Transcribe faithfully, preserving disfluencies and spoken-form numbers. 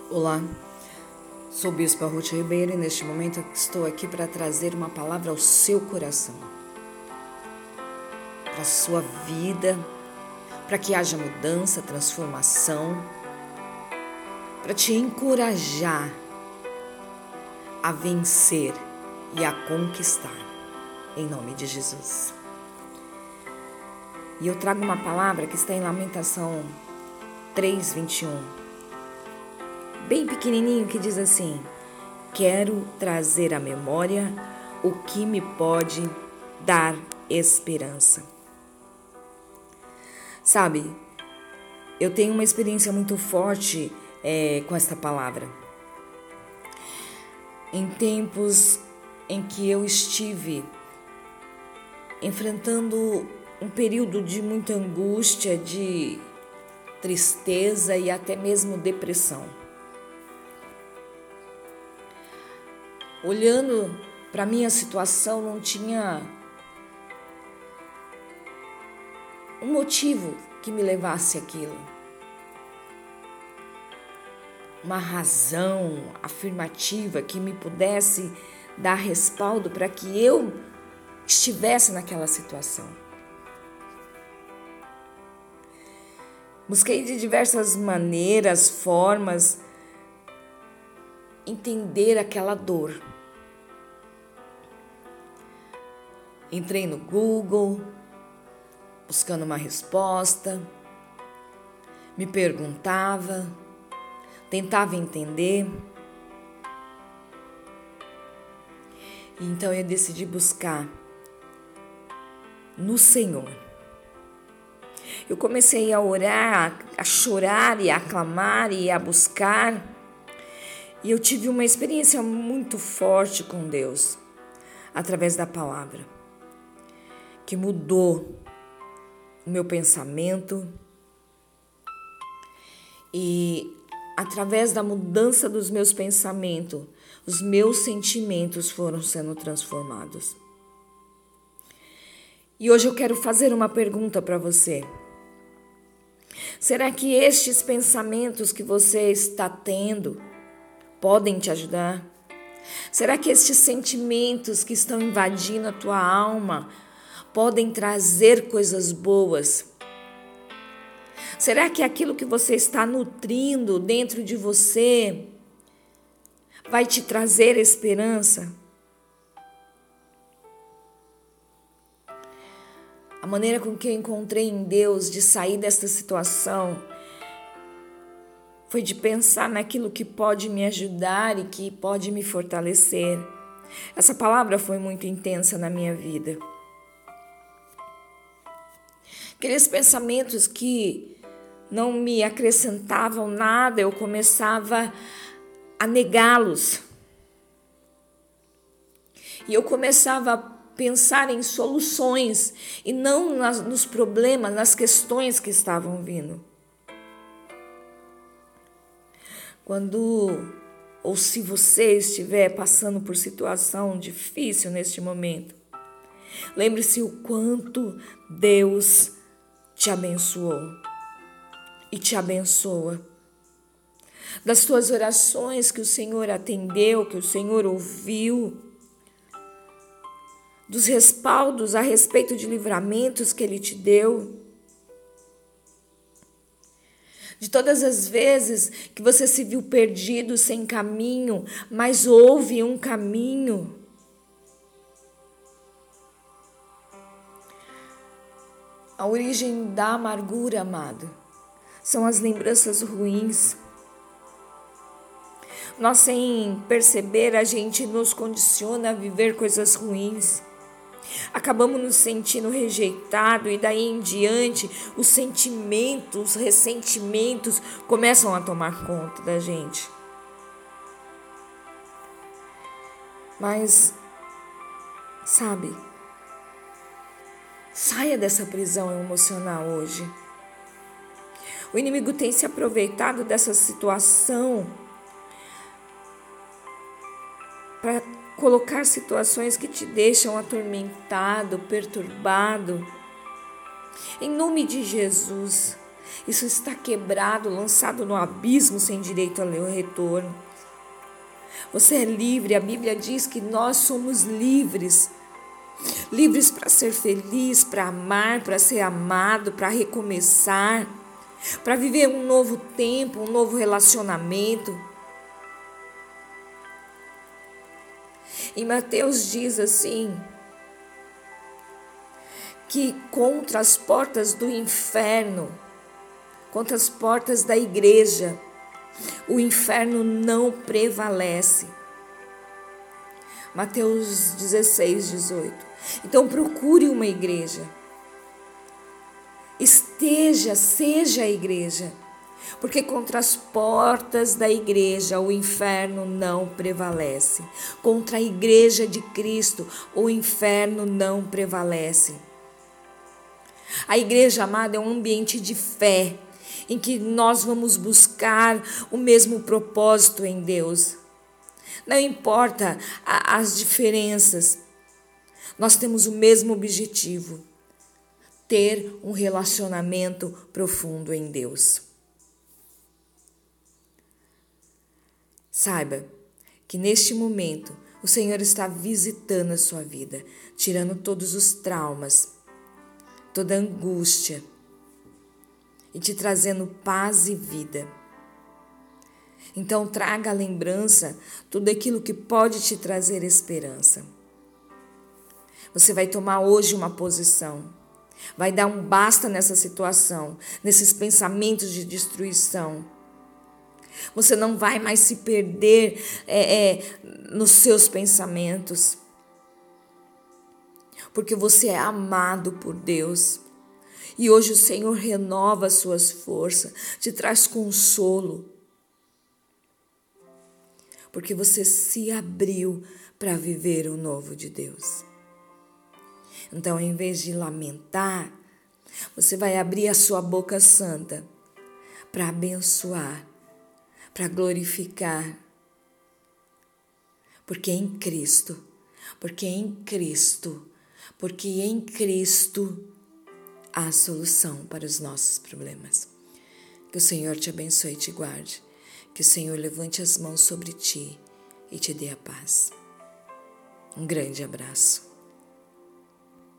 Olá, sou Bispa Ruth Ribeiro e neste momento estou aqui para trazer uma palavra ao seu coração, para a sua vida, para que haja mudança, transformação, para te encorajar a vencer e a conquistar, em nome de Jesus. E eu trago uma palavra que está em Lamentação três, vinte e um. Bem pequenininho, que diz assim: quero trazer à memória o que me pode dar esperança. Sabe, eu tenho uma experiência muito forte é, com esta palavra. Em tempos em que eu estive enfrentando um período de muita angústia, de tristeza e até mesmo depressão. Olhando para a minha situação, não tinha um motivo que me levasse àquilo. Uma razão afirmativa que me pudesse dar respaldo para que eu estivesse naquela situação. Busquei de diversas maneiras, formas, entender aquela dor. Entrei no Google, buscando uma resposta, me perguntava, tentava entender. Então eu decidi buscar no Senhor. Eu comecei a orar, a chorar e a clamar e a buscar. E eu tive uma experiência muito forte com Deus, através da palavra, que mudou o meu pensamento. E através da mudança dos meus pensamentos, os meus sentimentos foram sendo transformados. E hoje eu quero fazer uma pergunta para você. Será que estes pensamentos que você está tendo podem te ajudar? Será que estes sentimentos que estão invadindo a tua alma podem trazer coisas boas? Será que aquilo que você está nutrindo dentro de você vai te trazer esperança? A maneira com que eu encontrei em Deus de sair desta situação foi de pensar naquilo que pode me ajudar e que pode me fortalecer. Essa palavra foi muito intensa na minha vida. Aqueles pensamentos que não me acrescentavam nada, eu começava a negá-los. E eu começava a pensar em soluções e não nas, nos problemas, nas questões que estavam vindo. Quando, ou se você estiver passando por situação difícil neste momento, lembre-se o quanto Deus te abençoou e te abençoa. Das tuas orações que o Senhor atendeu, que o Senhor ouviu, dos respaldos a respeito de livramentos que Ele te deu, de todas as vezes que você se viu perdido, sem caminho, mas houve um caminho. A origem da amargura, amado, são as lembranças ruins. Nós, sem perceber, a gente nos condiciona a viver coisas ruins. Acabamos nos sentindo rejeitados e daí em diante os sentimentos, os ressentimentos começam a tomar conta da gente. Mas, sabe, saia dessa prisão emocional hoje. O inimigo tem se aproveitado dessa situação para colocar situações que te deixam atormentado, perturbado. Em nome de Jesus, Isso está quebrado, lançado no abismo sem direito ao retorno. Você é livre, a Bíblia diz que nós somos livres. Livres para ser feliz, para amar, para ser amado, para recomeçar, para viver um novo tempo, um novo relacionamento. E Mateus diz assim, que contra as portas do inferno, contra as portas da igreja, o inferno não prevalece. Mateus dezesseis, dezoito. Então procure uma igreja. Esteja, seja a igreja. Porque contra as portas da igreja o inferno não prevalece. Contra a igreja de Cristo o inferno não prevalece. A igreja, amada, é um ambiente de fé, em que nós vamos buscar o mesmo propósito em Deus. Não importa a, as diferenças, nós temos o mesmo objetivo: ter um relacionamento profundo em Deus. Saiba que neste momento o Senhor está visitando a sua vida, tirando todos os traumas, toda a angústia e te trazendo paz e vida. Então traga à lembrança tudo aquilo que pode te trazer esperança. Você vai tomar hoje uma posição, vai dar um basta nessa situação, nesses pensamentos de destruição. Você não vai mais se perder é, é, nos seus pensamentos, porque você é amado por Deus. E hoje o Senhor renova as suas forças, te traz consolo, porque você se abriu para viver o novo de Deus. Então, em vez de lamentar, você vai abrir a sua boca santa para abençoar, para glorificar. Porque em Cristo, porque em Cristo, porque em Cristo há solução para os nossos problemas. Que o Senhor te abençoe e te guarde. Que o Senhor levante as mãos sobre ti e te dê a paz. Um grande abraço.